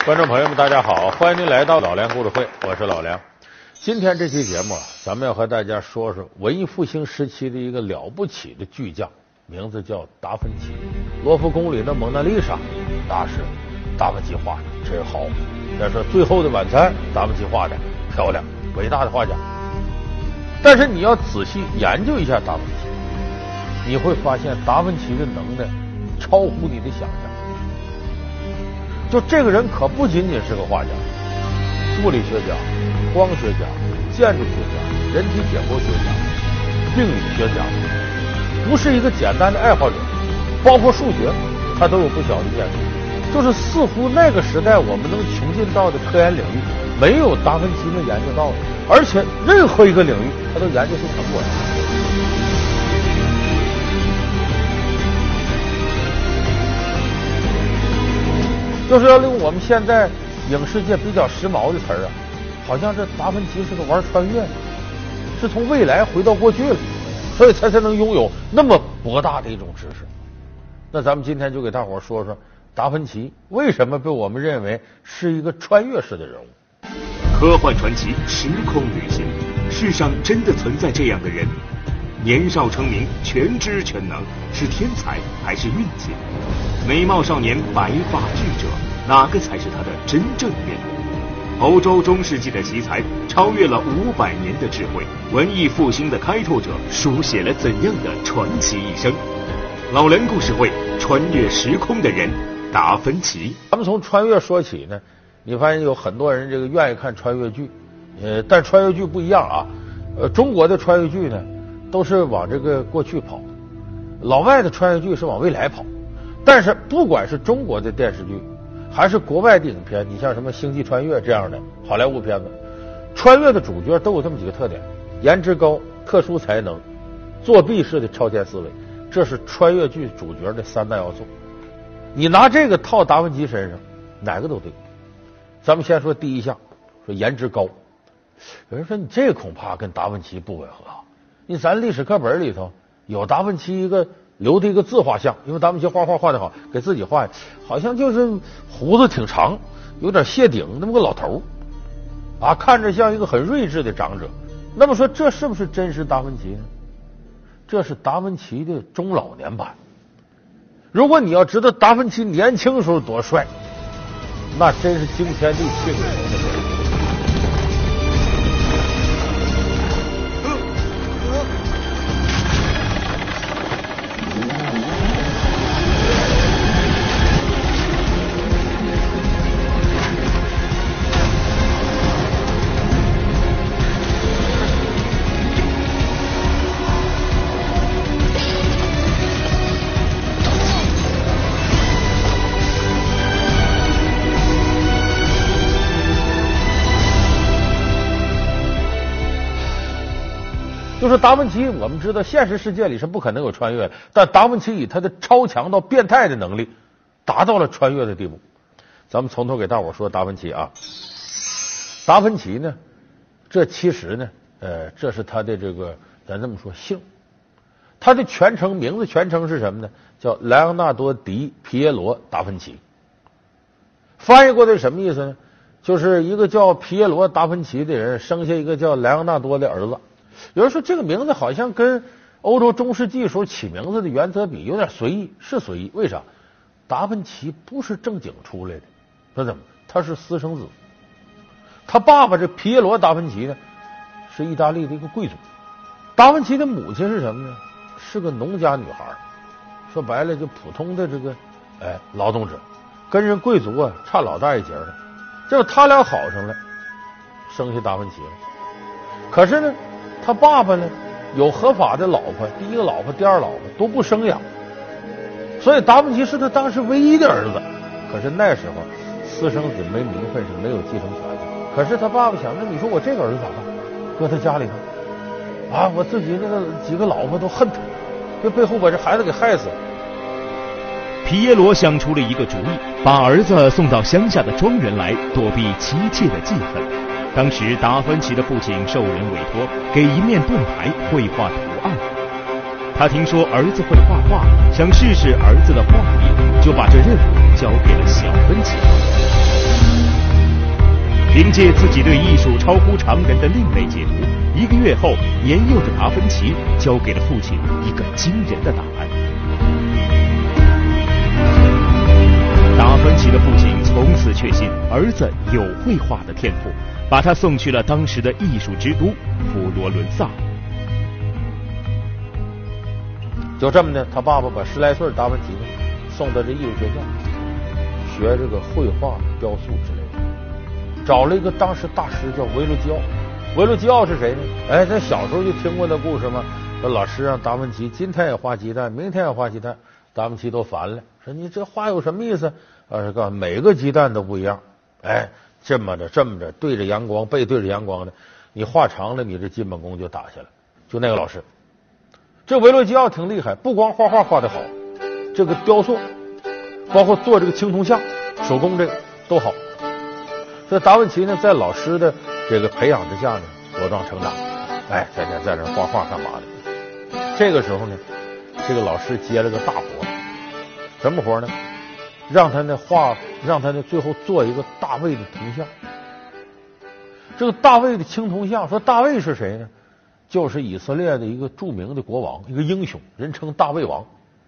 观众朋友们，大家好，欢迎您来到老梁故事会，我是老梁。今天这期节目咱们要和大家说说文艺复兴时期的一个了不起的巨匠，名字叫达芬奇。罗浮宫里的蒙娜丽莎，那是达芬奇画的，真好。再说《最后的晚餐》，达芬奇画的漂亮，伟大的画家。但是你要仔细研究一下达芬奇，你会发现达芬奇的能耐超乎你的想象。就这个人可不仅仅是个画家，物理学家、光学家、建筑学家、人体解剖学家、病理学家，不是一个简单的爱好者，包括数学他都有不小的建树。就是似乎那个时代我们能穷尽到的科研领域，没有达芬奇能研究到的，而且任何一个领域他都研究出成果来。就是要用我们现在影视界比较时髦的词儿啊，好像这达芬奇是个玩穿越的，是从未来回到过去了，所以他才能拥有那么博大的一种知识。那咱们今天就给大伙说说达芬奇为什么被我们认为是一个穿越式的人物。 科幻传奇，时空旅行，世上真的存在这样的人？年少成名，全知全能，是天才还是运气？美貌少年，白发智者，哪个才是他的真正面目？欧洲中世纪的奇才，超越了500年的智慧，文艺复兴的开拓者，书写了怎样的传奇一生？老人故事会，穿越时空的人，达芬奇。 咱们从穿越说起呢，你发现有很多人这个愿意看穿越剧，但穿越剧不一样啊。中国的穿越剧呢，都是往这个过去跑，老外的穿越剧是往未来跑。但是不管是中国的电视剧，还是国外的影片，你像什么《星际穿越》这样的好莱坞片子，穿越的主角都有这么几个特点：颜值高、特殊才能、作弊式的超前思维，这是穿越剧主角的3大要素。你拿这个套达芬奇身上，哪个都对。咱们先说第一项，说颜值高。有人说你这个恐怕跟达芬奇不吻合啊。你咱历史课本里头有达芬奇一个留的一个自画像，因为达芬奇画画画得好，给自己画，好像就是胡子挺长，有点谢顶那么个老头啊，看着像一个很睿智的长者。那么说这是不是真实达芬奇呢？这是达芬奇的中老年版。如果你要知道达芬奇年轻时候多帅，那真是惊天地泣鬼神的人。就是达芬奇，我们知道现实世界里是不可能有穿越的，但达芬奇以他的超强到变态的能力，达到了穿越的地步。咱们从头给大伙说达芬奇啊。达芬奇呢，这其实呢，这是他的这个咱这么说姓，他的名字全称是什么呢？叫莱昂纳多·迪·皮耶罗·达芬奇。翻译过来是什么意思呢？就是一个叫皮耶罗·达芬奇的人生下一个叫莱昂纳多的儿子。有人说这个名字好像跟欧洲中世纪时候起名字的原则比有点随意，是随意。为啥？达芬奇不是正经出来的，说怎么？他是私生子。他爸爸这皮耶罗达芬奇呢，是意大利的一个贵族。达芬奇的母亲是什么呢？是个农家女孩，说白了就普通的这个劳动者，跟人贵族啊差老大一截的。结果他俩好上了，生下达芬奇了。可是呢，他爸爸呢有合法的老婆，第一个老婆、第二老婆都不生养，所以达芬奇是他当时唯一的儿子。可是那时候私生子没名分，是没有继承权的。可是他爸爸想，那你说我这个儿子咋办？搁他家里头啊，我自己那个几个老婆都恨他，这背后把这孩子给害死了。 皮耶罗想出了一个主意，把儿子送到乡下的庄园来，躲避妻妾的记恨。当时达芬奇的父亲受人委托给一面盾牌绘画图案，他听说儿子会画画，想试试儿子的画艺，就把这任务交给了小芬奇。 凭借自己对艺术超乎常人的另类解读，1个月后，年幼的达芬奇交给了父亲一个惊人的答案。达芬奇的父亲从此确信儿子有绘画的天赋，把他送去了当时的艺术之都佛罗伦萨。 就这么的，他爸爸把10来岁达芬奇呢送到这艺术学校学这个绘画、雕塑之类的。找了一个当时大师叫维罗基奥。维罗基奥是谁呢？哎，咱小时候就听过那故事嘛，说老师让达芬奇今天也画鸡蛋，明天也画鸡蛋，达芬奇都烦了，说你这画有什么意思？告诉每个鸡蛋都不一样，哎，这么着对着阳光，背对着阳光的，你画长了，你这基本功就打下来。就那个老师，这维罗基奥挺厉害，不光画画画得好，这个雕塑，包括做这个青铜像、手工这个都好。这达芬奇呢，在老师的这个培养之下呢，茁壮成长，哎，天天在这画画干嘛的？这个时候呢，这个老师接了个大活，什么活呢？让他呢最后做一个大卫的铜像。这个大卫的青铜像，说大卫是谁呢？就是以色列的一个著名的国王，一个英雄，人称大卫王。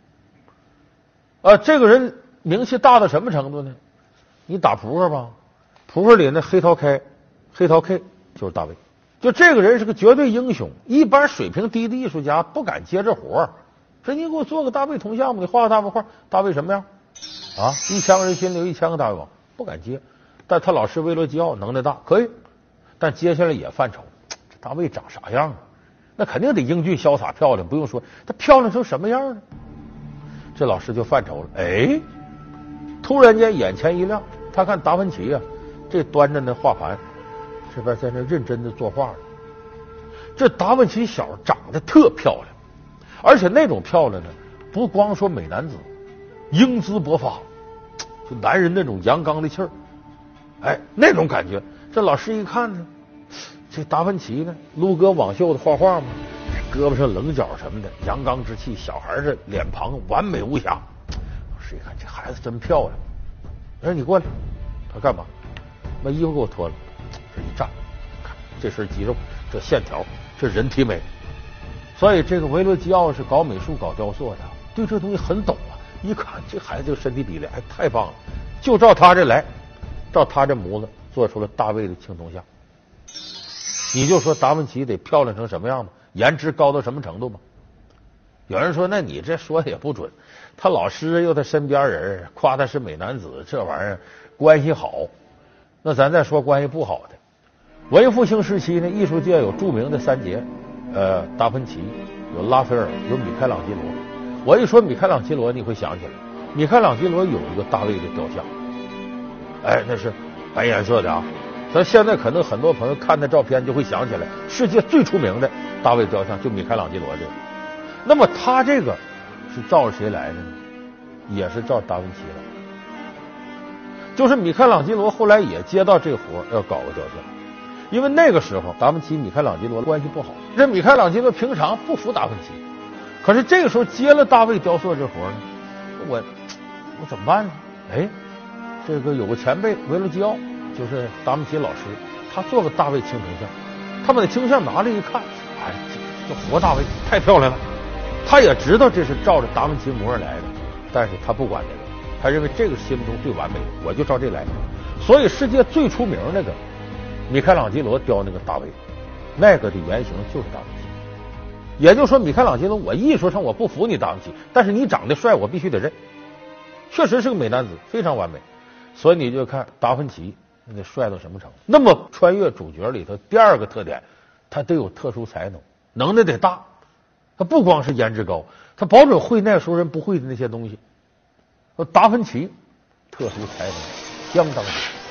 这个人名气大到什么程度呢？你打扑克吧，扑克里那黑桃 K 就是大卫。就这个人是个绝对英雄，一般水平低的艺术家不敢接这活。说你给我做个大卫铜像吧，你画个大卫画，大卫什么样啊？1000个人心里有1000个大卫王，不敢接。但他老师维罗基奥能耐大，可以。但接下来也犯愁，这大卫长啥样啊？那肯定得英俊潇洒漂亮，不用说，他漂亮成什么样呢？这老师就犯愁了。哎，突然间眼前一亮，他看达芬奇啊，这端着那画盘，这边在那认真的作画呢。这达芬奇小长得特漂亮，而且那种漂亮呢，不光说美男子，英姿勃发，就男人那种阳刚的气儿，哎，那种感觉。这老师一看呢，这达芬奇呢，撸歌网袖的画画嘛，这胳膊上棱角什么的，阳刚之气，小孩这脸庞完美无瑕。老师一看这孩子真漂亮，说你过来，他干嘛？把衣服给我脱了，这一站，看这身肌肉，这线条，这人体美。所以这个维罗基奥是搞美术、搞雕塑的，对这东西很懂啊。一看这孩子这个身体比例，哎，太棒了，就照他这来，照他这模子做出了大卫的青铜像。你就说达芬奇得漂亮成什么样吧，颜值高到什么程度吧？有人说，那你这说也不准，他老师又他身边人夸他是美男子，这玩意儿关系好。那咱再说关系不好的，文艺复兴时期呢，艺术界有著名的3杰，达芬奇，有拉斐尔，有米开朗基罗。我一说米开朗基罗，你会想起来，米开朗基罗有一个大卫的雕像，哎，那是白颜色的啊。咱现在可能很多朋友看那照片就会想起来，世界最出名的大卫雕像就米开朗基罗这个。那么他这个是照着谁来的呢？也是照达芬奇来的。就是米开朗基罗后来也接到这活要搞个雕像，因为那个时候达芬奇、米开朗基罗关系不好，这米开朗基罗平常不服达芬奇，可是这个时候接了大卫雕塑这活呢，我怎么办呢？哎，这个有个前辈维罗基奥，就是达芬奇老师，他做个大卫青铜像，他把那青铜像拿来一看，哎，这活大卫太漂亮了。他也知道这是照着达芬奇模样来的，但是他不管这个，他认为这个心目中最完美的，我就照这来。所以世界最出名那个米开朗基罗雕那个大卫，那个的原型就是达芬奇。也就是说，米开朗基罗，我艺术上我不服你达芬奇，但是你长得帅，我必须得认。确实是个美男子，非常完美。所以你就看达芬奇那帅到什么程度。那么穿越主角里头第2个特点，他得有特殊才能，能耐得大。他不光是颜值高，他保准会那时候人不会的那些东西。达芬奇特殊才能相当多。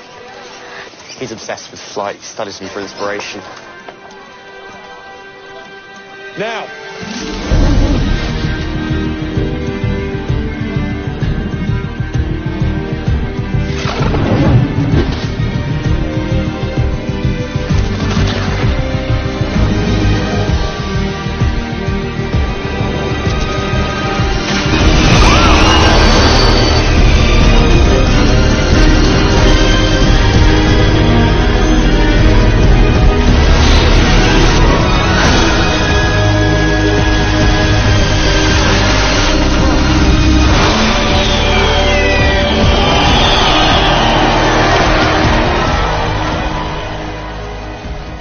He's obsessed with flight. He studies them for inspiration. Now.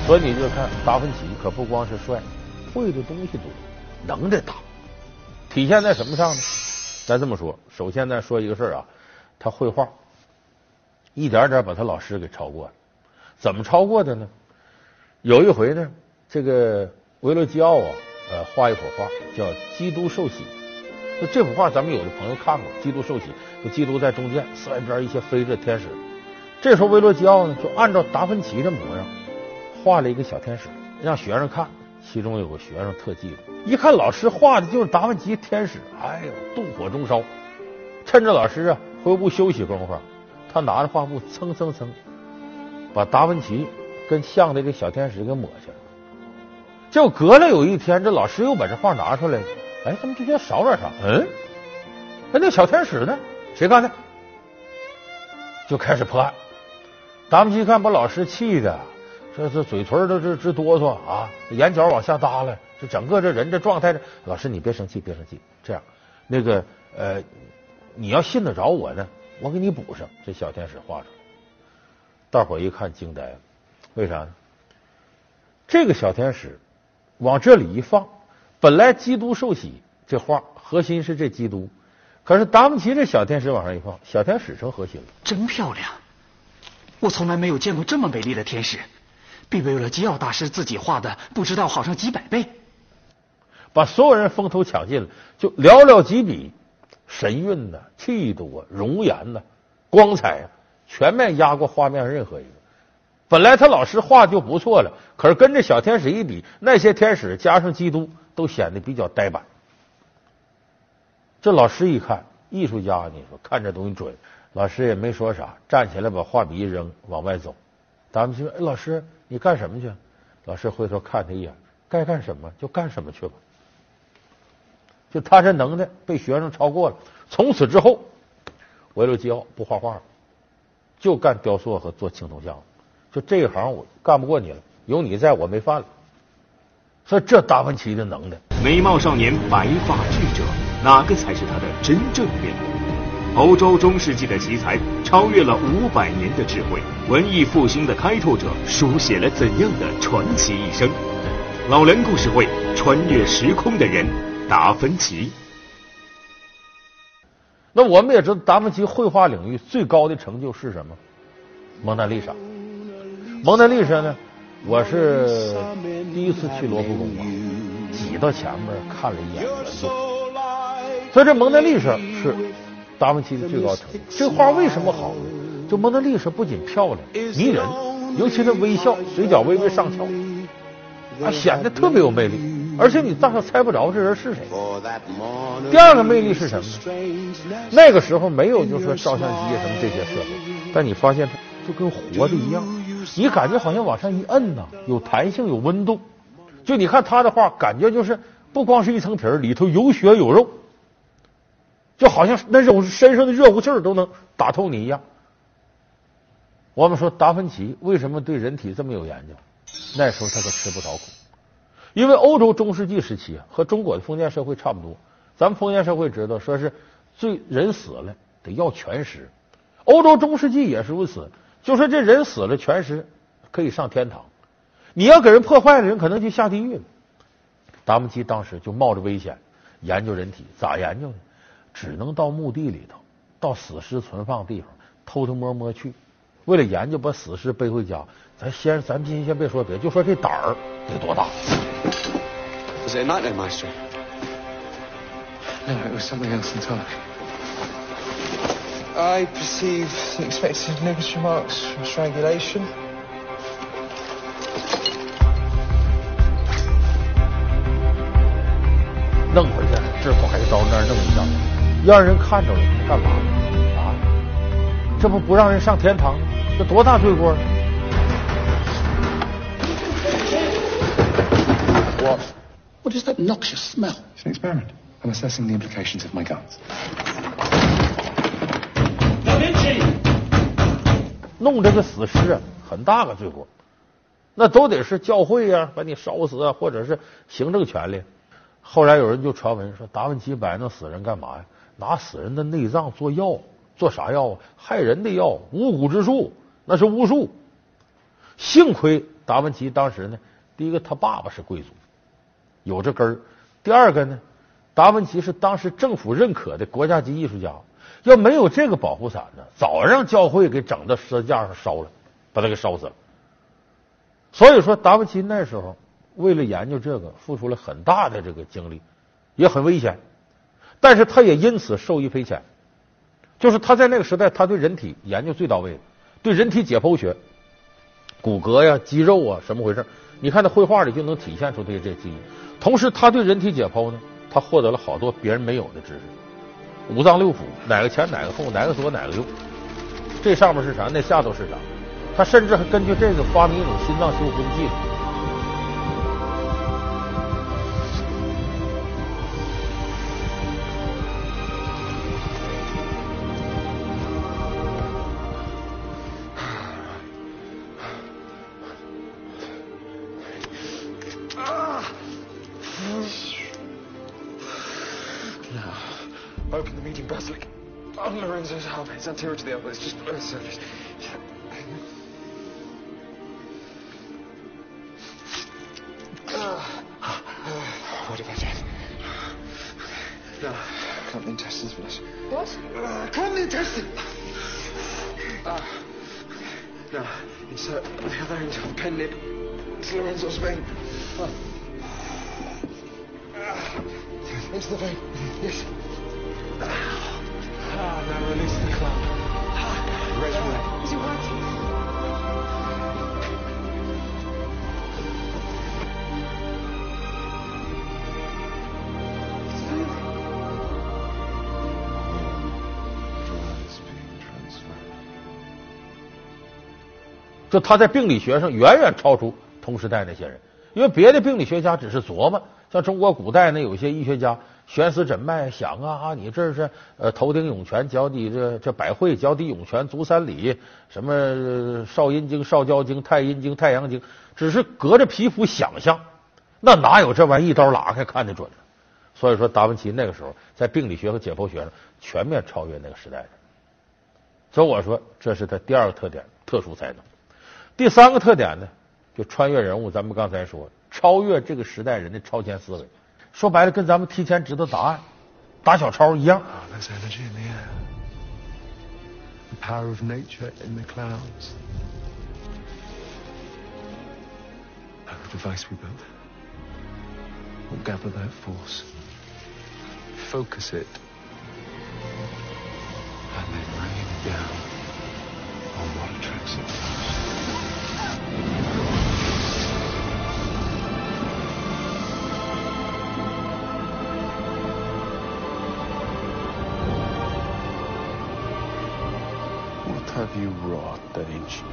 所以你就看达芬奇可不光是帅，会的东西多，能的大。体现在什么上呢？咱这么说，首先咱说一个事儿啊，他绘画一点点把他老师给超过了。怎么超过的呢？有一回呢，这个维罗基奥啊，画一幅画叫《基督受洗》。就这幅画，咱们有的朋友看过，《基督受洗》，就基督在中间，四外边一些飞着天使。这时候维罗基奥呢，就按照达芬奇的模样画了一个小天使，让学生看。其中有个学生特记得，一看老师画的就是达芬奇天使，哎呦，妒火中烧。趁着老师啊回屋休息功夫，他拿着画布蹭蹭蹭，把达芬奇跟像的这个小天使给抹下来。就隔了有一天，这老师又把这画拿出来，哎，怎么就觉得少点啥？哎，那小天使呢？谁干的？就开始破案。达芬奇看把老师气的，这嘴唇都直哆嗦啊，眼角往下耷拉，这整个这人这状态，老师你别生气，别生气，这样，那个你要信得着我呢，我给你补上。这小天使画出来，大伙一看惊呆了，为啥呢？这个小天使往这里一放，本来基督受洗这画核心是这基督，可是达芬奇这小天使往上一放，小天使成核心了。 真漂亮，我从来没有见过这么美丽的天使，比维罗基奥大师自己画的不知道好上几百倍。 把所有人风头抢尽了，就寥寥几笔，神韵呐、气度啊、容颜呐、光彩啊，全面压过画面任何一个。本来他老师画就不错了，可是跟这小天使一比，那些天使加上基督都显得比较呆板。这老师一看，艺术家你说看这东西准，老师也没说啥，站起来把画笔一扔，往外走。咱们就说：“哎，老师，你干什么去？”老师回头看他一眼，该干什么就干什么去吧。就他这能耐被学生超过了，从此之后，维罗基奥不画画了，就干雕塑和做青铜像。就这一行我干不过你了，有你在我没饭了。所以这达芬奇的能耐。 美貌少年，白发智者，哪个才是他的真正面目？欧洲中世纪的奇才超越了500年的智慧，文艺复兴的开拓者书写了怎样的传奇一生？老人故事会，穿越时空的人，达芬奇。 那我们也知道，达芬奇绘画领域最高的成就是什么？蒙娜丽莎。蒙娜丽莎呢，我是第一次去罗浮宫啊，挤到前面看了一眼原作。所以这蒙娜丽莎是达芬奇的最高成就。这画为什么好呢？就蒙娜丽莎不仅漂亮迷人，尤其是微笑，嘴角微微上翘，啊，显得特别有魅力。而且你大概猜不着这人是谁。第二个魅力是什么呢？那个时候没有就说照相机什么这些设备，但你发现它就跟活的一样，你感觉好像往上一摁呐，有弹性有温度。就你看他的画，感觉就是不光是一层皮儿，里头有血有肉，就好像那种身上的热乎气儿都能打透你一样。我们说达芬奇为什么对人体这么有研究？那时候他可吃不着苦，因为欧洲中世纪时期啊，和中国的封建社会差不多。咱们封建社会知道，说是人死了得要全尸，欧洲中世纪也是如此。就说这人死了全尸可以上天堂，你要给人破坏了，人可能就下地狱了。达芬奇当时就冒着危险研究人体，咋研究呢？只能到墓地里头，到死尸存放地方偷偷摸摸去，为了研究把死尸背回家。咱今天先别说别，就说这胆儿得多大。 Was it a nightmare, Maestro? No, it was something else entirely. I perceive the expected nervous remarks from strangulation. 弄回去，这拐刀那儿弄一刀，让人看着了，干嘛呢？啊，这不让人上天堂，这多大罪过呢 ？What is that noxious smell? It's an experiment. I'm assessing the implications of my guns. 弄这个死尸啊，很大个罪过，那都得是教会啊，把你烧死啊，或者是行政权力。后来有人就传闻说，达芬奇摆弄死人干嘛呀？拿死人的内脏做药，做啥药啊？害人的药，巫蛊之术，那是巫术。幸亏达芬奇当时呢，第一个他爸爸是贵族，有这根儿；第二个呢，达芬奇是当时政府认可的国家级艺术家，要没有这个保护伞呢，早让教会给整到十字架上烧了，把他给烧死了。所以说，达芬奇那时候为了研究这个，付出了很大的这个精力，也很危险，但是他也因此受益匪浅。就是他在那个时代，他对人体研究最到位的，对人体解剖学、骨骼呀、肌肉啊，什么回事？你看他绘画里就能体现出这记忆。同时，他对人体解剖呢，他获得了好多别人没有的知识。五脏六腑，哪个前哪个后，哪个左哪个右，这上面是啥，那下头是啥？他甚至还根据这个发明一种心脏修复的技术。 Open the median basilic. On Lorenzo's arm. It's anterior to the elbow. It's just below the surface. What about that? No. Cut the intestines, Vanessa. What? Cut the intestine! No. Insert the other end of the pen nib. It's Lorenzo's vein. Into the vein. Yes. Now release the clamp. Raise your leg. Is it working? It's moving. Blood is being transferred. 就他在病理学上远远超出同时代那些人，因为别的病理学家只是琢磨，像中国古代呢，有些医学家悬丝诊脉，想啊，你这是头顶涌泉，脚底这百会，脚底涌泉，足三里，什么少阴经、少交经、太阴经、太阳经，只是隔着皮肤想象，那哪有这玩意一刀拉开看得准呢？所以说，达芬奇那个时候在病理学和解剖学上全面超越那个时代的。所以我说，这是他第二个特点，特殊才能。第三个特点呢，就穿越人物，咱们刚才说，超越这个时代人的超前思维。说白了，跟咱们提前知道答案、打小抄一样。 There's energy in the air. The power of nature in the clouds. Like the device we built. We'll gather that force, focus it, and then rain down on what attracts it most. What have you wrought, Da Vinci?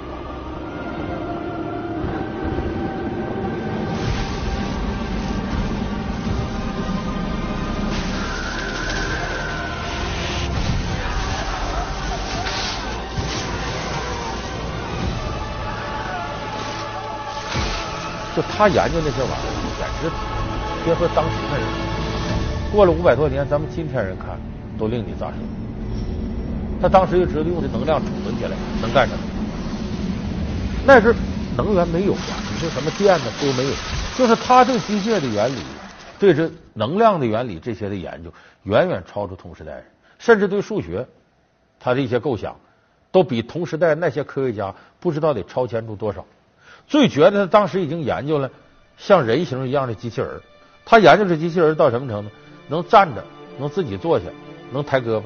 就他研究那些玩意儿，简直别说当时的人，过了500多年，咱们今天人看都令你咋舌。他当时就知道用这能量储存起来能干什么。那时能源没有啊，你说什么电呢都没有，就是他对机械的原理、对这能量的原理这些的研究，远远超出同时代人，甚至对数学他的一些构想，都比同时代那些科学家不知道得超前出多少。最绝的，他当时已经研究了像人形一样的机器人。他研究这机器人到什么程度？能站着，能自己坐下，能抬胳膊。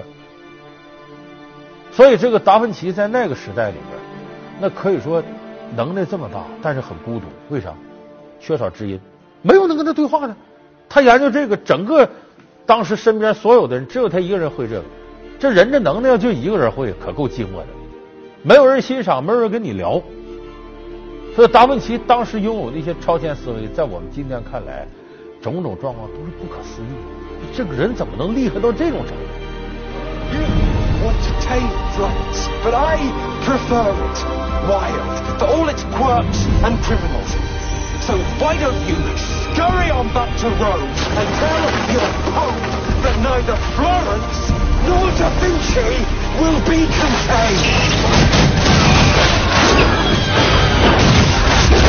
所以这个达芬奇在那个时代里边，那可以说能耐这么大，但是很孤独。为啥？缺少知音，没有能跟他对话的。他研究这个，整个当时身边所有的人，只有他一个人会这个。这人这能耐就一个人会，可够寂寞的。没有人欣赏，没有人跟你聊。所以达芬奇当时拥有的一些超前思维，在我们今天看来，种种状况都是不可思议。这个人怎么能厉害到这种程度 ？Want to tame floods, but I prefer it wild, for all its quirks and criminals. So why don't you scurry on back to Rome and tell your Pope that neither Florence nor Da Vinci will be contained?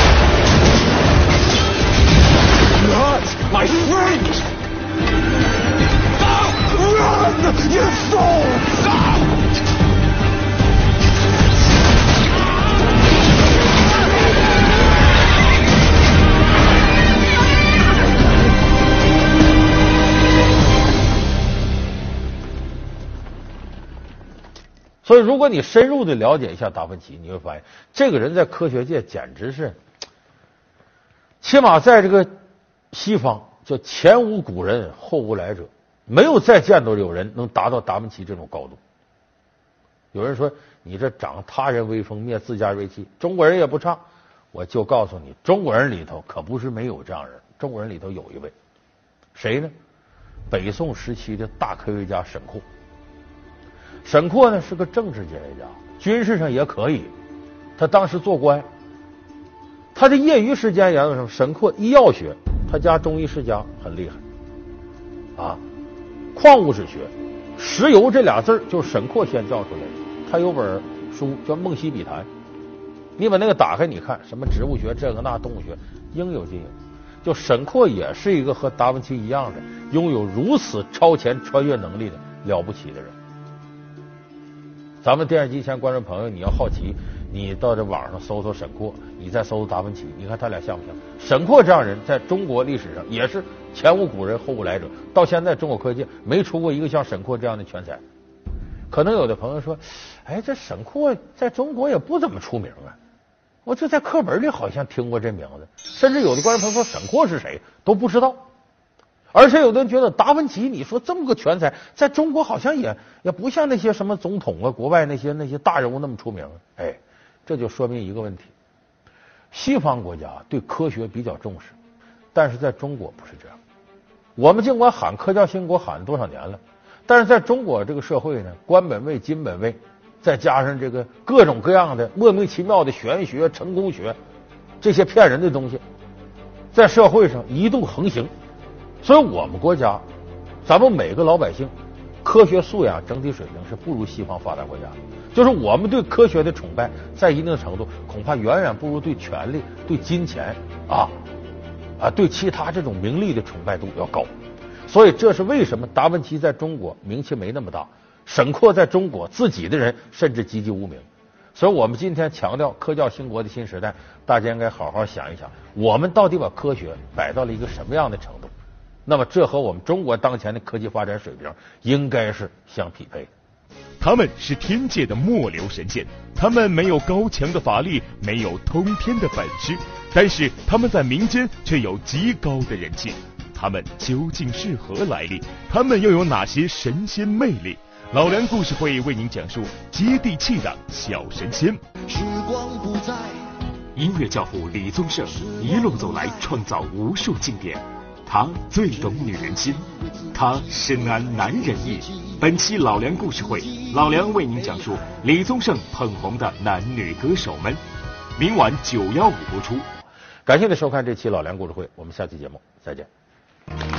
所以，如果你深入的了解一下达芬奇，你会发现这个人在科学界简直是，起码在这个西方叫前无古人后无来者，没有再见到有人能达到达芬奇这种高度。有人说你这长他人威风灭自家锐气，中国人也不差。我就告诉你，中国人里头可不是没有这样人，中国人里头有一位，谁呢？北宋时期的大科学家沈括。沈括呢是个政治经学家，军事上也可以。他当时做官，他的业余时间研究什么？沈括医药学，他家中医世家很厉害啊。矿物质学，石油这俩字儿就是沈括先造出来的。他有本书叫《梦溪笔谈》，你把那个打开，你看什么植物学这个那，动物学应有尽有。就沈括也是一个和达芬奇一样的拥有如此超前穿越能力的了不起的人。咱们电视机前观众朋友，你要好奇，你到这网上搜搜沈括，你再搜搜达芬奇，你看他俩像不像？沈括这样人在中国历史上也是前无古人后无来者，到现在中国科学界没出过一个像沈括这样的全才。可能有的朋友说，哎，这沈括在中国也不怎么出名啊，我就在课本里好像听过这名字，甚至有的观众朋友说沈括是谁都不知道。而且有的人觉得达芬奇，你说这么个全才，在中国好像也不像那些什么总统啊，国外那些大人物那么出名。哎，这就说明一个问题：西方国家对科学比较重视，但是在中国不是这样。我们尽管喊科教兴国喊了多少年了，但是在中国这个社会呢，官本位、金本位，再加上这个各种各样的莫名其妙的玄学、成功学这些骗人的东西，在社会上一度横行。所以我们国家，咱们每个老百姓科学素养整体水平是不如西方发达国家的，就是我们对科学的崇拜在一定程度恐怕远远不如对权力、对金钱对其他这种名利的崇拜度要高。所以这是为什么达芬奇在中国名气没那么大，沈括在中国自己的人甚至籍籍无名。所以我们今天强调科教兴国的新时代，大家应该好好想一想，我们到底把科学摆到了一个什么样的程度？那么这和我们中国当前的科技发展水平应该是相匹配的。 他们是天界的末流神仙，他们没有高强的法力，没有通天的本事，但是他们在民间却有极高的人气。他们究竟是何来历？他们又有哪些神仙魅力？老梁故事会为您讲述接地气的小神仙。 时光不再， 音乐教父李宗盛一路走来，创造无数经典。他最懂女人心，他深谙男人意。本期老梁故事会，老梁为您讲述李宗盛捧红的男女歌手们。明晚915播出。 感谢您收看这期老梁故事会，我们下期节目再见。